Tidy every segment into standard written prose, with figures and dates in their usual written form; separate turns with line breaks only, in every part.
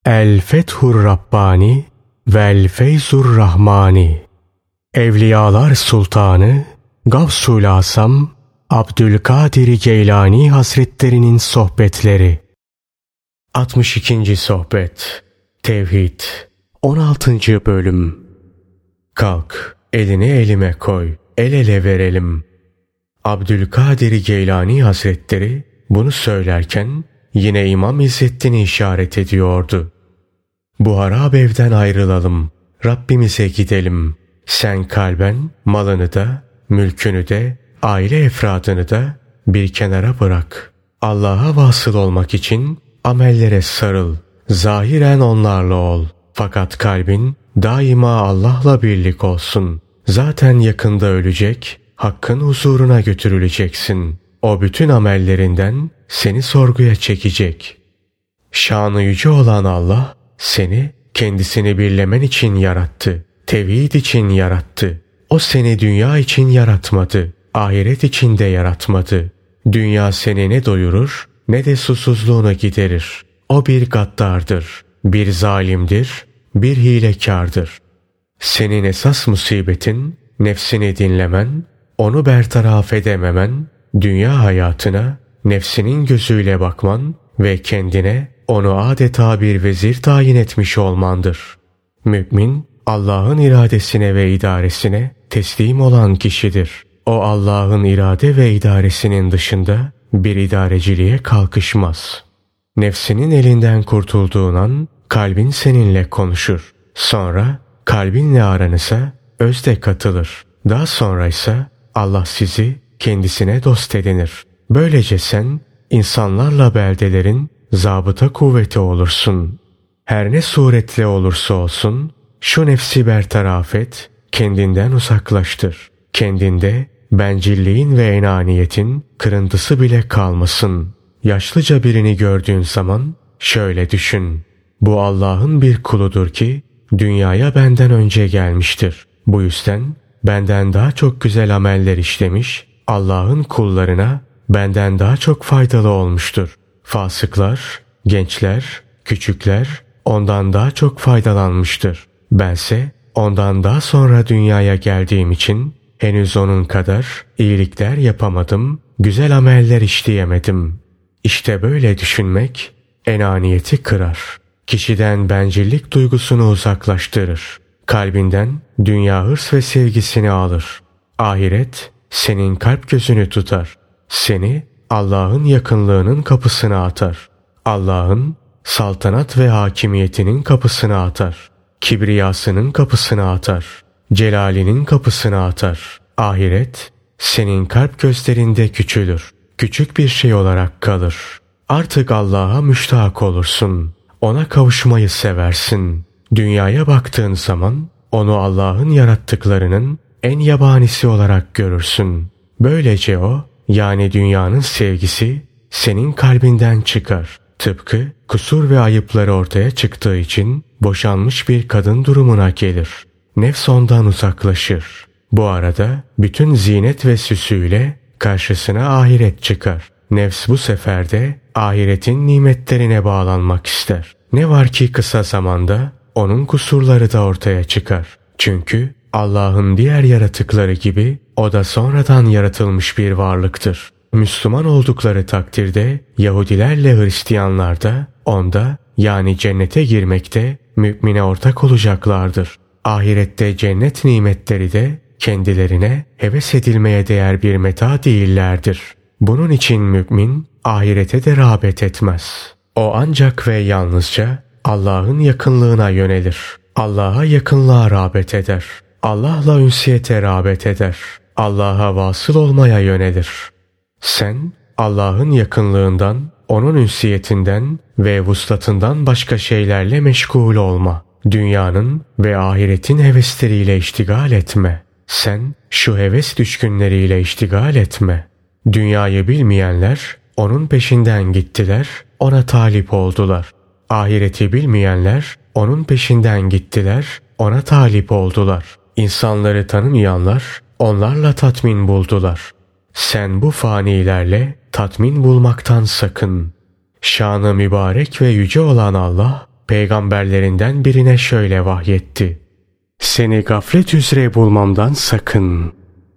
El Fethur Rabbani vel Feyzur Rahmani. Evliyalar Sultanı Gavsul Asam Abdülkadir Geylani Hazretlerinin sohbetleri. 62. sohbet. Tevhid. 16. bölüm. Kalk, elini elime koy, el ele verelim. Abdülkadir Geylani Hazretleri bunu söylerken yine İmam İzzettin'i işaret ediyordu. Bu harap evden ayrılalım, Rabbimize gidelim. Sen kalben malını da, mülkünü de, aile efradını da bir kenara bırak. Allah'a vasıl olmak için amellere sarıl. Zahiren onlarla ol. Fakat kalbin daima Allah'la birlik olsun. Zaten yakında ölecek, Hakk'ın huzuruna götürüleceksin. O bütün amellerinden seni sorguya çekecek. Şanı yüce olan Allah seni kendisini birlemen için yarattı. Tevhid için yarattı. O seni dünya için yaratmadı. Ahiret için de yaratmadı. Dünya seni ne doyurur ne de susuzluğunu giderir. O bir gaddardır, bir zalimdir, bir hilekârdır. Senin esas musibetin nefsini dinlemen, onu bertaraf edememen, dünya hayatına nefsinin gözüyle bakman ve kendine onu adeta bir vezir tayin etmiş olmandır. Mümin, Allah'ın iradesine ve idaresine teslim olan kişidir. O Allah'ın irade ve idaresinin dışında bir idareciliğe kalkışmaz. Nefsinin elinden kurtulduğun an kalbin seninle konuşur. Sonra kalbinle aranıza özde katılır. Daha sonra ise Allah sizi kendisine dost edinir. Böylece sen insanlarla beldelerin zabıta kuvveti olursun. Her ne suretle olursa olsun şu nefsi bertaraf et, kendinden uzaklaştır. Kendinde bencilliğin ve enaniyetin kırıntısı bile kalmasın. Yaşlıca birini gördüğün zaman şöyle düşün. Bu Allah'ın bir kuludur ki dünyaya benden önce gelmiştir. Bu yüzden benden daha çok güzel ameller işlemiş, Allah'ın kullarına benden daha çok faydalı olmuştur. Fasıklar, gençler, küçükler ondan daha çok faydalanmıştır. Bense ondan daha sonra dünyaya geldiğim için henüz onun kadar iyilikler yapamadım, güzel ameller işleyemedim. İşte böyle düşünmek enaniyeti kırar. Kişiden bencillik duygusunu uzaklaştırır. Kalbinden dünya hırs ve sevgisini alır. Ahiret senin kalp gözünü tutar. Seni Allah'ın yakınlığının kapısına atar. Allah'ın saltanat ve hakimiyetinin kapısına atar. Kibriyasının kapısına atar. Celalinin kapısına atar. Ahiret senin kalp gözlerinde küçülür. Küçük bir şey olarak kalır. Artık Allah'a müştak olursun. Ona kavuşmayı seversin. Dünyaya baktığın zaman onu Allah'ın yarattıklarının en yabanisi olarak görürsün. Böylece o, yani dünyanın sevgisi senin kalbinden çıkar. Tıpkı kusur ve ayıpları ortaya çıktığı için boşanmış bir kadın durumuna gelir. Nefs ondan uzaklaşır. Bu arada bütün zinet ve süsüyle karşısına ahiret çıkar. Nefs bu sefer de ahiretin nimetlerine bağlanmak ister. Ne var ki kısa zamanda onun kusurları da ortaya çıkar. Çünkü Allah'ın diğer yaratıkları gibi o da sonradan yaratılmış bir varlıktır. Müslüman oldukları takdirde Yahudilerle Hristiyanlar da onda, yani cennete girmekte mümine ortak olacaklardır. Ahirette cennet nimetleri de kendilerine heves edilmeye değer bir meta değillerdir. Bunun için mümin ahirete de rağbet etmez. O ancak ve yalnızca Allah'ın yakınlığına yönelir. Allah'a yakınlığa rağbet eder. Allah'la ünsiyete rağbet eder. Allah'a vasıl olmaya yönelir. Sen Allah'ın yakınlığından, onun ünsiyetinden ve vuslatından başka şeylerle meşgul olma. Dünyanın ve ahiretin hevesleriyle iştigal etme. Sen şu heves düşkünleriyle iştigal etme. Dünyayı bilmeyenler onun peşinden gittiler, ona talip oldular. Ahireti bilmeyenler onun peşinden gittiler, ona talip oldular. İnsanları tanımayanlar onlarla tatmin buldular. Sen bu fanilerle tatmin bulmaktan sakın. Şanı mübarek ve yüce olan Allah peygamberlerinden birine şöyle vahyetti: Seni gaflet üzere bulmamdan sakın.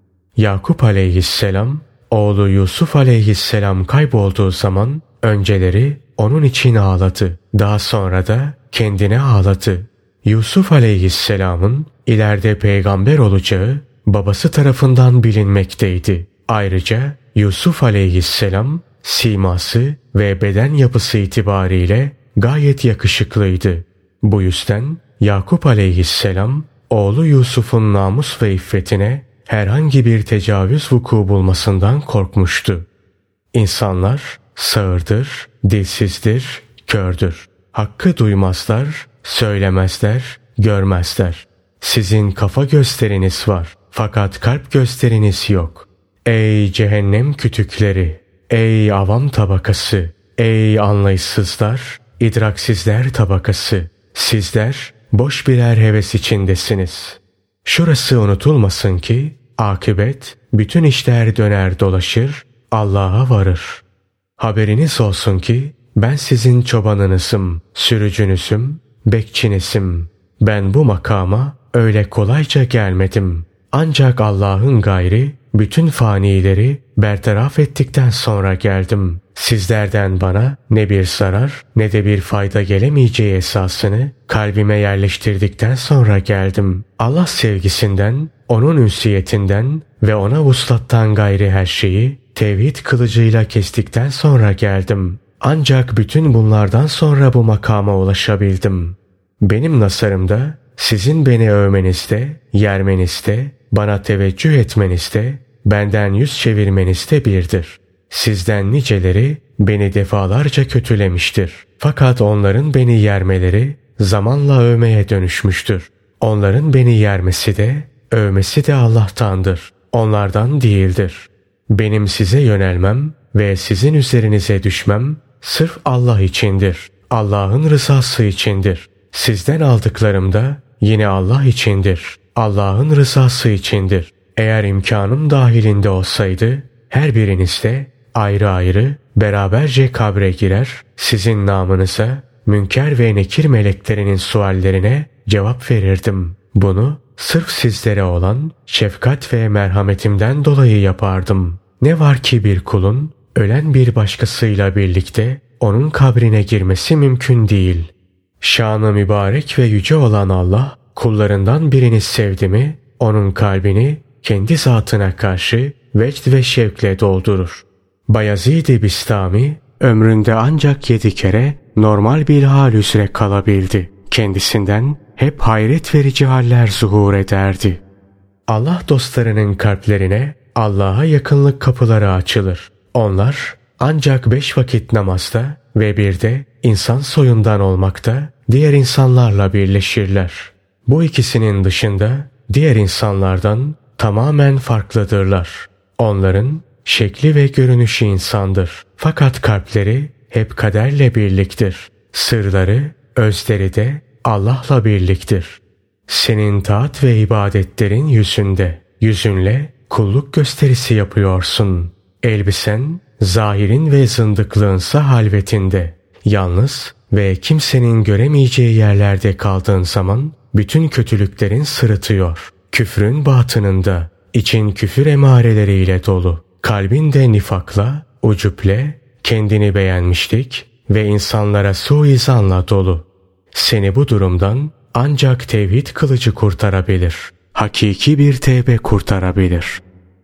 Yakup aleyhisselam, oğlu Yusuf aleyhisselam kaybolduğu zaman önceleri onun için ağladı. Daha sonra da kendine ağladı. Yusuf aleyhisselamın ileride peygamber olacağı babası tarafından bilinmekteydi. Ayrıca Yusuf aleyhisselam siması ve beden yapısı itibariyle gayet yakışıklıydı. Bu yüzden Yakup aleyhisselam oğlu Yusuf'un namus ve iffetine herhangi bir tecavüz vuku bulmasından korkmuştu. İnsanlar sağırdır, dilsizdir, kördür. Hakkı duymazlar, söylemezler, görmezler. Sizin kafa gösteriniz var, fakat kalp gösteriniz yok. Ey cehennem kütükleri! Ey avam tabakası! Ey anlayışsızlar, idraksizler tabakası! Sizler boş birer heves içindesiniz. Şurası unutulmasın ki akıbet bütün işler döner dolaşır, Allah'a varır. Haberiniz olsun ki ben sizin çobanınızım, sürücünüzüm, bekçinizim. Ben bu makama öyle kolayca gelmedim. Ancak Allah'ın gayri bütün fanileri bertaraf ettikten sonra geldim. Sizlerden bana ne bir zarar ne de bir fayda gelemeyeceği esasını kalbime yerleştirdikten sonra geldim. Allah sevgisinden, onun ünsiyetinden ve ona vuslattan gayri her şeyi tevhid kılıcıyla kestikten sonra geldim. Ancak bütün bunlardan sonra bu makama ulaşabildim. Benim nasarımda sizin beni övmenizde, yermenizde, bana teveccüh etmenizde, benden yüz çevirmenizde birdir. Sizden niceleri beni defalarca kötülemiştir. Fakat onların beni yermeleri zamanla övmeye dönüşmüştür. Onların beni yermesi de, övmesi de Allah'tandır. Onlardan değildir. Benim size yönelmem ve sizin üzerinize düşmem sırf Allah içindir. Allah'ın rızası içindir. Sizden aldıklarım da yine Allah içindir. Allah'ın rızası içindir. Eğer imkanım dahilinde olsaydı her biriniz de ayrı ayrı beraberce kabre girer, sizin namınıza münker ve nekir meleklerinin suallerine cevap verirdim. Bunu sırf sizlere olan şefkat ve merhametimden dolayı yapardım. Ne var ki bir kulun ölen bir başkasıyla birlikte onun kabrine girmesi mümkün değil. Şanı mübarek ve yüce olan Allah kullarından birini sevdi mi onun kalbini kendi zatına karşı vecd ve şevkle doldurur. Bayezid-i Bistami ömründe ancak 7 kere normal bir hal üzere kalabildi. Kendisinden hep hayret verici haller zuhur ederdi. Allah dostlarının kalplerine Allah'a yakınlık kapıları açılır. Onlar ancak 5 vakit namazda ve bir de insan soyundan olmakta diğer insanlarla birleşirler. Bu ikisinin dışında diğer insanlardan tamamen farklıdırlar. Onların şekli ve görünüşü insandır. Fakat kalpleri hep kaderle birliktir. Sırları, özleri de Allah'la birliktir. Senin taat ve ibadetlerin yüzünde. Yüzünle kulluk gösterisi yapıyorsun. Elbisen, zahirin ve zındıklığınsa halvetinde. Yalnız ve kimsenin göremeyeceği yerlerde kaldığın zaman bütün kötülüklerin sırıtıyor. Küfrün batınında, için küfür emareleriyle dolu. Kalbinde nifakla, ucuple, kendini beğenmişlik ve insanlara suizanla dolu. Seni bu durumdan ancak tevhid kılıcı kurtarabilir. Hakiki bir tevbe kurtarabilir.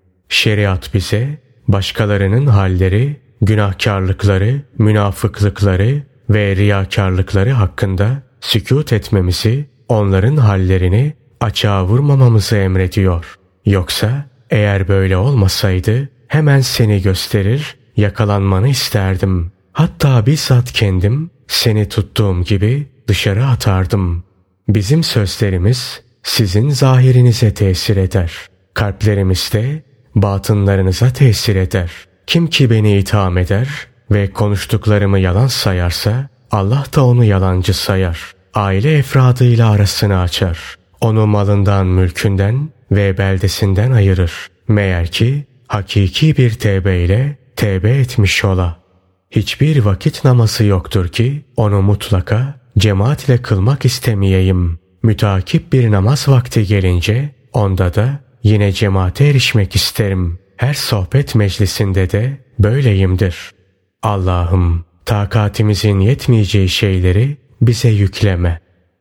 Şeriat bize başkalarının halleri, günahkarlıkları, münafıklıkları ve riyakarlıkları hakkında sükût etmemizi, onların hallerini açığa vurmamamızı emrediyor. Yoksa eğer böyle olmasaydı hemen seni gösterir, yakalanmanı isterdim. Hatta bizzat kendim seni tuttuğum gibi dışarı atardım. Bizim sözlerimiz sizin zahirinize tesir eder. Kalplerimiz de batınlarınıza tesir eder. Kim ki beni itham eder ve konuştuklarımı yalan sayarsa Allah da onu yalancı sayar. Aile efradıyla arasını açar. Onu malından, mülkünden ve beldesinden ayırır. Meğer ki hakiki bir tevbeyle tevbe etmiş ola. Hiçbir vakit namazı yoktur ki onu mutlaka cemaatle kılmak istemeyeyim. Mütakip bir namaz vakti gelince onda da yine cemaate erişmek isterim. Her sohbet meclisinde de böyleyimdir. Allah'ım, takatimizin yetmeyeceği şeyleri bize yükleme.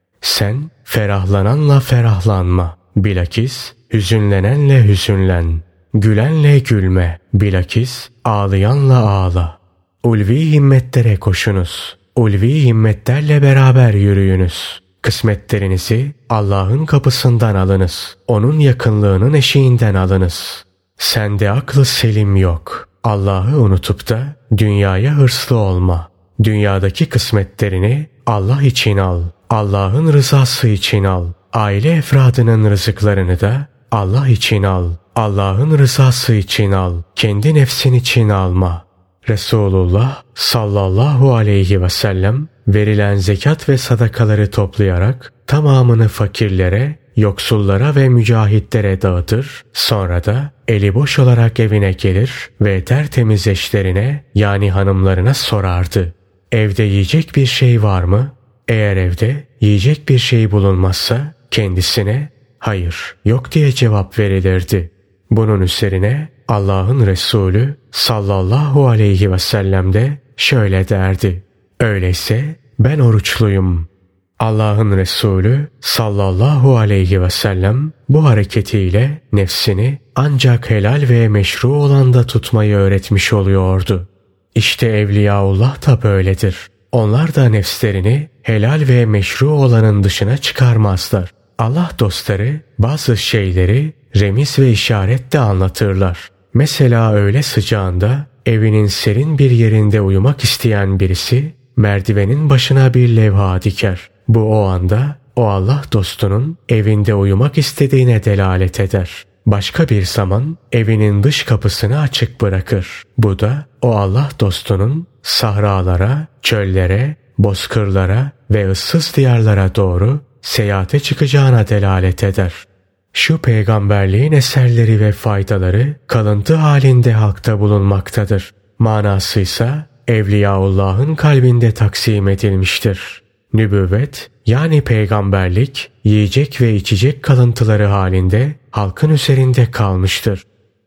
Sen ferahlananla ferahlanma. Bilakis hüzünlenenle hüzünlen. Gülenle gülme. Bilakis ağlayanla ağla. Ulvi himmetlere koşunuz. Ulvi himmetlerle beraber yürüyünüz. Kısmetlerinizi Allah'ın kapısından alınız. Onun yakınlığının eşiğinden alınız. Sende aklı selim yok. Allah'ı unutup da dünyaya hırslı olma. Dünyadaki kısmetlerini Allah için al. Allah'ın rızası için al. Aile efradının rızıklarını da Allah için al. Allah'ın rızası için al. Kendi nefsin için alma. Resulullah sallallahu aleyhi ve sellem verilen zekat ve sadakaları toplayarak tamamını fakirlere, yoksullara ve mücahitlere dağıtır. Sonra da eli boş olarak evine gelir ve tertemiz eşlerine yani hanımlarına sorardı. Evde yiyecek bir şey var mı? Eğer evde yiyecek bir şey bulunmazsa kendisine hayır, yok diye cevap verilirdi. Bunun üzerine Allah'ın Resulü sallallahu aleyhi ve sellem de şöyle derdi. Öyleyse ben oruçluyum. Allah'ın Resulü sallallahu aleyhi ve sellem bu hareketiyle nefsini ancak helal ve meşru olanda tutmayı öğretmiş oluyordu. İşte Evliyaullah da böyledir. Onlar da nefslerini helal ve meşru olanın dışına çıkarmazlar. Allah dostları bazı şeyleri remiz ve işaretle anlatırlar. Mesela öğle sıcağında evinin serin bir yerinde uyumak isteyen birisi merdivenin başına bir levha diker. Bu o anda o Allah dostunun evinde uyumak istediğine delalet eder. Başka bir zaman evinin dış kapısını açık bırakır. Bu da o Allah dostunun sahralara, çöllere, bozkırlara ve ıssız diyarlara doğru seyahate çıkacağına delalet eder. Şu peygamberliğin eserleri ve faydaları kalıntı halinde halkta bulunmaktadır. Manası ise Evliyaullah'ın kalbinde taksim edilmiştir. Nübüvvet yani peygamberlik yiyecek ve içecek kalıntıları halinde halkın üzerinde kalmıştır.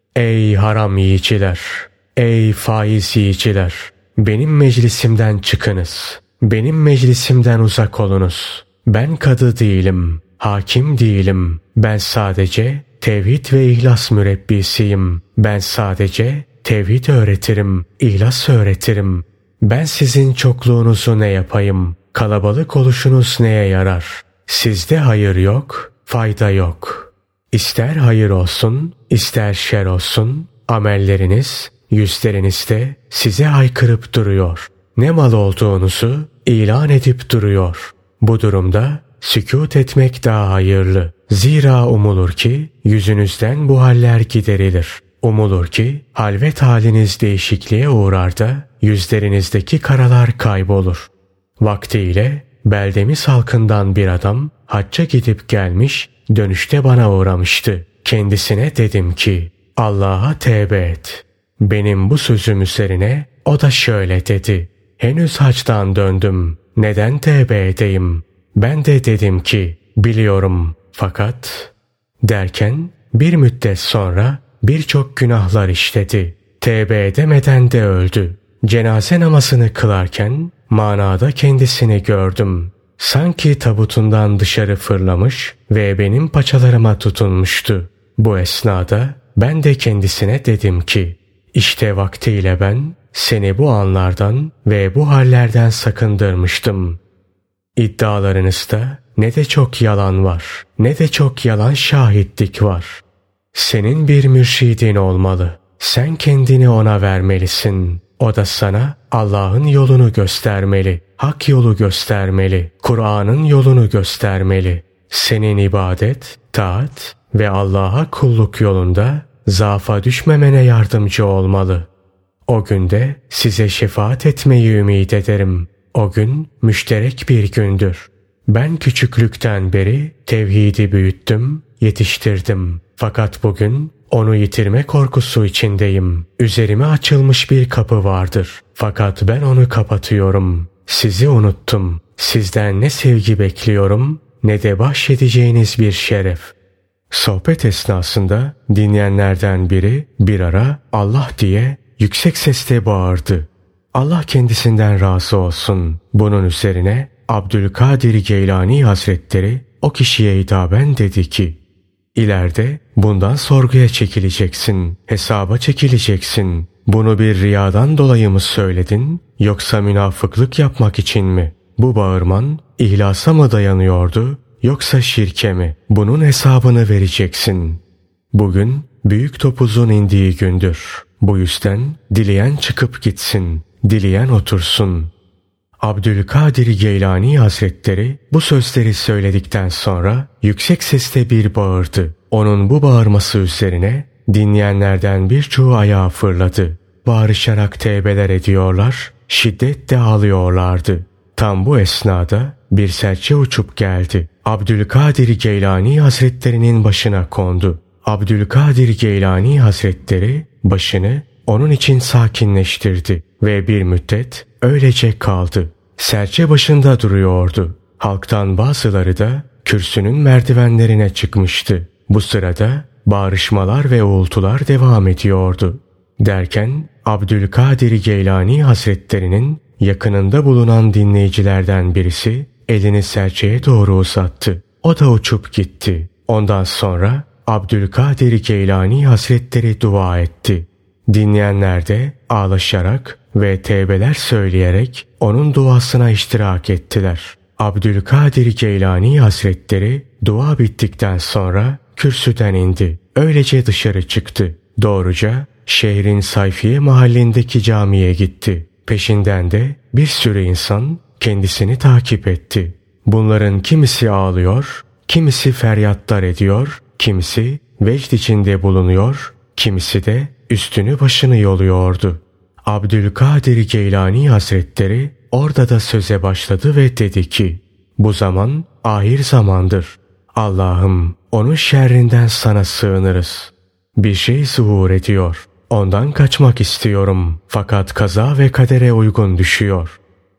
Ey haram yiyiciler! Ey faiz yiyiciler! Benim meclisimden çıkınız. Benim meclisimden uzak olunuz. Ben kadı değilim. Hakim değilim. Ben sadece tevhid ve ihlas mürebbisiyim. Ben sadece tevhid öğretirim, ihlas öğretirim. Ben sizin çokluğunuzu ne yapayım? Kalabalık oluşunuz neye yarar? Sizde hayır yok, fayda yok. İster hayır olsun, ister şer olsun, amelleriniz, yüzlerinizde size haykırıp duruyor. Ne mal olduğunuzu ilan edip duruyor. Bu durumda sükût etmek daha hayırlı. Zira umulur ki yüzünüzden bu haller giderilir. Umulur ki halvet haliniz değişikliğe uğrar da yüzlerinizdeki karalar kaybolur. Vaktiyle beldemiz halkından bir adam hacca gidip gelmiş, dönüşte bana uğramıştı. Kendisine dedim ki Allah'a tevbe et. Benim bu sözüm üzerine o da şöyle dedi. Henüz hacdan döndüm. Neden tevbe edeyim? Ben de dedim ki biliyorum fakat derken bir müddet sonra birçok günahlar işledi. Tevbe edemeden de öldü. Cenaze namazını kılarken manada kendisini gördüm. Sanki tabutundan dışarı fırlamış ve benim paçalarıma tutunmuştu. Bu esnada ben de kendisine dedim ki işte vaktiyle ben seni bu anlardan ve bu hallerden sakındırmıştım. İddialarınızda ne de çok yalan var, ne de çok yalan şahitlik var. Senin bir mürşidin olmalı. Sen kendini ona vermelisin. O da sana Allah'ın yolunu göstermeli, hak yolu göstermeli, Kur'an'ın yolunu göstermeli. Senin ibadet, taat ve Allah'a kulluk yolunda zaafa düşmemene yardımcı olmalı. O günde size şefaat etmeyi ümit ederim. O gün müşterek bir gündür. Ben küçüklükten beri tevhidi büyüttüm, yetiştirdim. Fakat bugün onu yitirme korkusu içindeyim. Üzerime açılmış bir kapı vardır. Fakat ben onu kapatıyorum. Sizi unuttum. Sizden ne sevgi bekliyorum ne de bahşedeceğiniz bir şeref. Sohbet esnasında dinleyenlerden biri bir ara Allah diye yüksek sesle bağırdı. Allah kendisinden razı olsun. Bunun üzerine Abdülkadir Geylani Hazretleri o kişiye hitaben dedi ki, İleride bundan sorguya çekileceksin, hesaba çekileceksin. Bunu bir riyadan dolayı mı söyledin, yoksa münafıklık yapmak için mi? Bu bağırman ihlasa mı dayanıyordu, yoksa şirke mi? Bunun hesabını vereceksin. Bugün büyük topuzun indiği gündür. Bu yüzden dileyen çıkıp gitsin, dileyen otursun. Abdülkadir Geylani Hazretleri bu sözleri söyledikten sonra yüksek sesle bir bağırdı. Onun bu bağırması üzerine dinleyenlerden birçoğu ayağa fırladı. Bağırışarak tevbeler ediyorlar, şiddetle ağlıyorlardı. Tam bu esnada bir serçe uçup geldi. Abdülkadir Geylani Hazretlerinin başına kondu. Abdülkadir Geylani Hazretleri başını onun için sakinleştirdi ve bir müddet öylece kaldı. Serçe başında duruyordu. Halktan bazıları da kürsünün merdivenlerine çıkmıştı. Bu sırada bağırışmalar ve uğultular devam ediyordu. Derken Abdülkadir Geylani Hazretlerinin yakınında bulunan dinleyicilerden birisi elini serçeye doğru uzattı. O da uçup gitti. Ondan sonra Abdülkadir Geylani Hazretleri dua etti. Dinleyenler de ağlaşarak ve tevbeler söyleyerek onun duasına iştirak ettiler. Abdülkadir Geylani Hazretleri dua bittikten sonra kürsüden indi. Öylece dışarı çıktı. Doğruca şehrin Sayfiye mahallindeki camiye gitti. Peşinden de bir sürü insan kendisini takip etti. Bunların kimisi ağlıyor, kimisi feryatlar ediyor, kimisi vecd içinde bulunuyor, kimisi de üstünü başını yoluyordu. Abdülkadir Geylani Hazretleri orada da söze başladı ve dedi ki, bu zaman ahir zamandır. Allah'ım onun şerrinden sana sığınırız. Bir şey zuhur ediyor. Ondan kaçmak istiyorum. Fakat kaza ve kadere uygun düşüyor.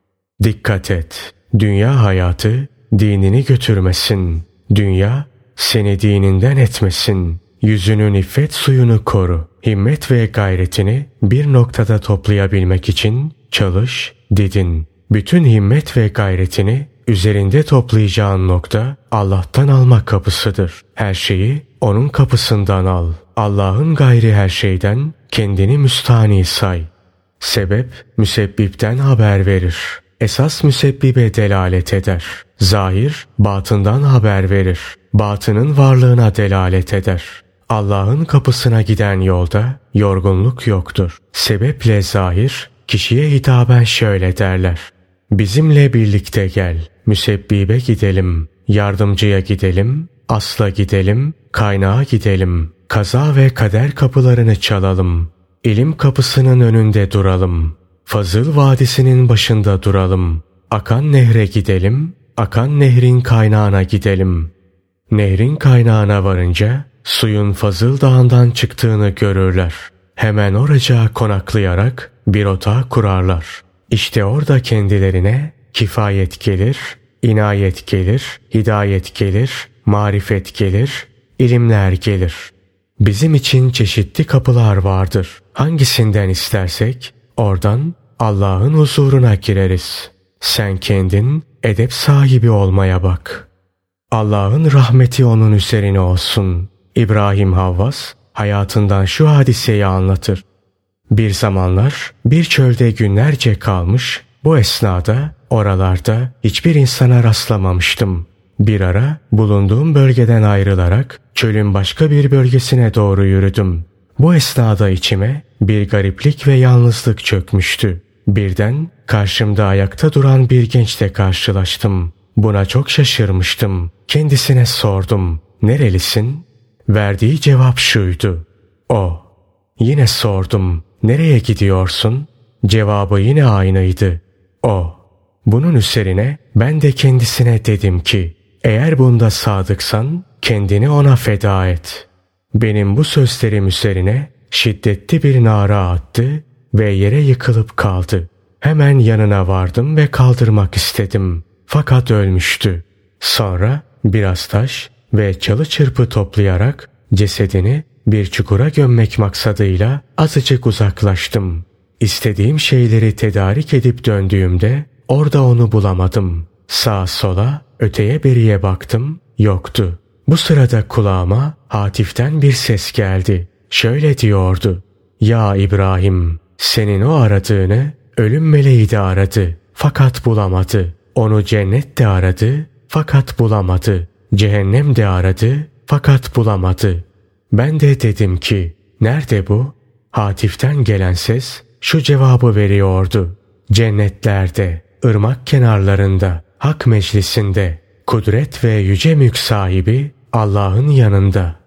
Dikkat et. Dünya hayatı dinini götürmesin. Dünya seni dininden etmesin. Yüzünün iffet suyunu koru. Himmet ve gayretini bir noktada toplayabilmek için çalış, didin. Bütün himmet ve gayretini üzerinde toplayacağın nokta Allah'tan alma kapısıdır. Her şeyi onun kapısından al. Allah'ın gayri her şeyden kendini müstahni say. Sebep müsebbipten haber verir. Esas müsebbibe delalet eder. Zahir batından haber verir. Batının varlığına delalet eder. Allah'ın kapısına giden yolda yorgunluk yoktur. Sebeple zahir kişiye hitaben şöyle derler. Bizimle birlikte gel, müsebbibe gidelim, yardımcıya gidelim, asla gidelim, kaynağa gidelim, kaza ve kader kapılarını çalalım, ilim kapısının önünde duralım, Fazıl Vadisi'nin başında duralım, akan nehre gidelim, akan nehrin kaynağına gidelim. Nehrin kaynağına varınca suyun Fazıl Dağı'ndan çıktığını görürler. Hemen oraca konaklayarak bir otağı kurarlar. İşte orada kendilerine kifayet gelir, inayet gelir, hidayet gelir, marifet gelir, ilimler gelir. Bizim için çeşitli kapılar vardır. Hangisinden istersek oradan Allah'ın huzuruna gireriz. Sen kendin edep sahibi olmaya bak. Allah'ın rahmeti onun üzerine olsun. İbrahim Havvas hayatından şu hadiseyi anlatır. Bir zamanlar bir çölde günlerce kalmış, bu esnada oralarda hiçbir insana rastlamamıştım. Bir ara bulunduğum bölgeden ayrılarak çölün başka bir bölgesine doğru yürüdüm. Bu esnada içime bir gariplik ve yalnızlık çökmüştü. Birden karşımda ayakta duran bir gençle karşılaştım. Buna çok şaşırmıştım. Kendisine sordum. Nerelisin? Verdiği cevap şuydu. O. Yine sordum. Nereye gidiyorsun? Cevabı yine aynıydı. O. Bunun üzerine ben de kendisine dedim ki, eğer bunda sadıksan kendini ona feda et. Benim bu sözlerim üzerine şiddetli bir nara attı ve yere yıkılıp kaldı. Hemen yanına vardım ve kaldırmak istedim. fakat ölmüştü. Sonra biraz taş ve çalı çırpı toplayarak cesedini bir çukura gömmek maksadıyla azıcık uzaklaştım. İstediğim şeyleri tedarik edip döndüğümde orada onu bulamadım. Sağa sola, öteye beriye baktım, yoktu. Bu sırada kulağıma Hatif'ten bir ses geldi. Şöyle diyordu: "Ya İbrahim, senin o aradığını ölüm meleği de aradı fakat bulamadı. Onu cennet de aradı fakat bulamadı. Cehennem de aradı fakat bulamadı." Ben de dedim ki, nerede bu? Hatif'ten gelen ses şu cevabı veriyordu: "Cennetlerde, ırmak kenarlarında, hak meclisinde, kudret ve yüce mülk sahibi Allah'ın yanında."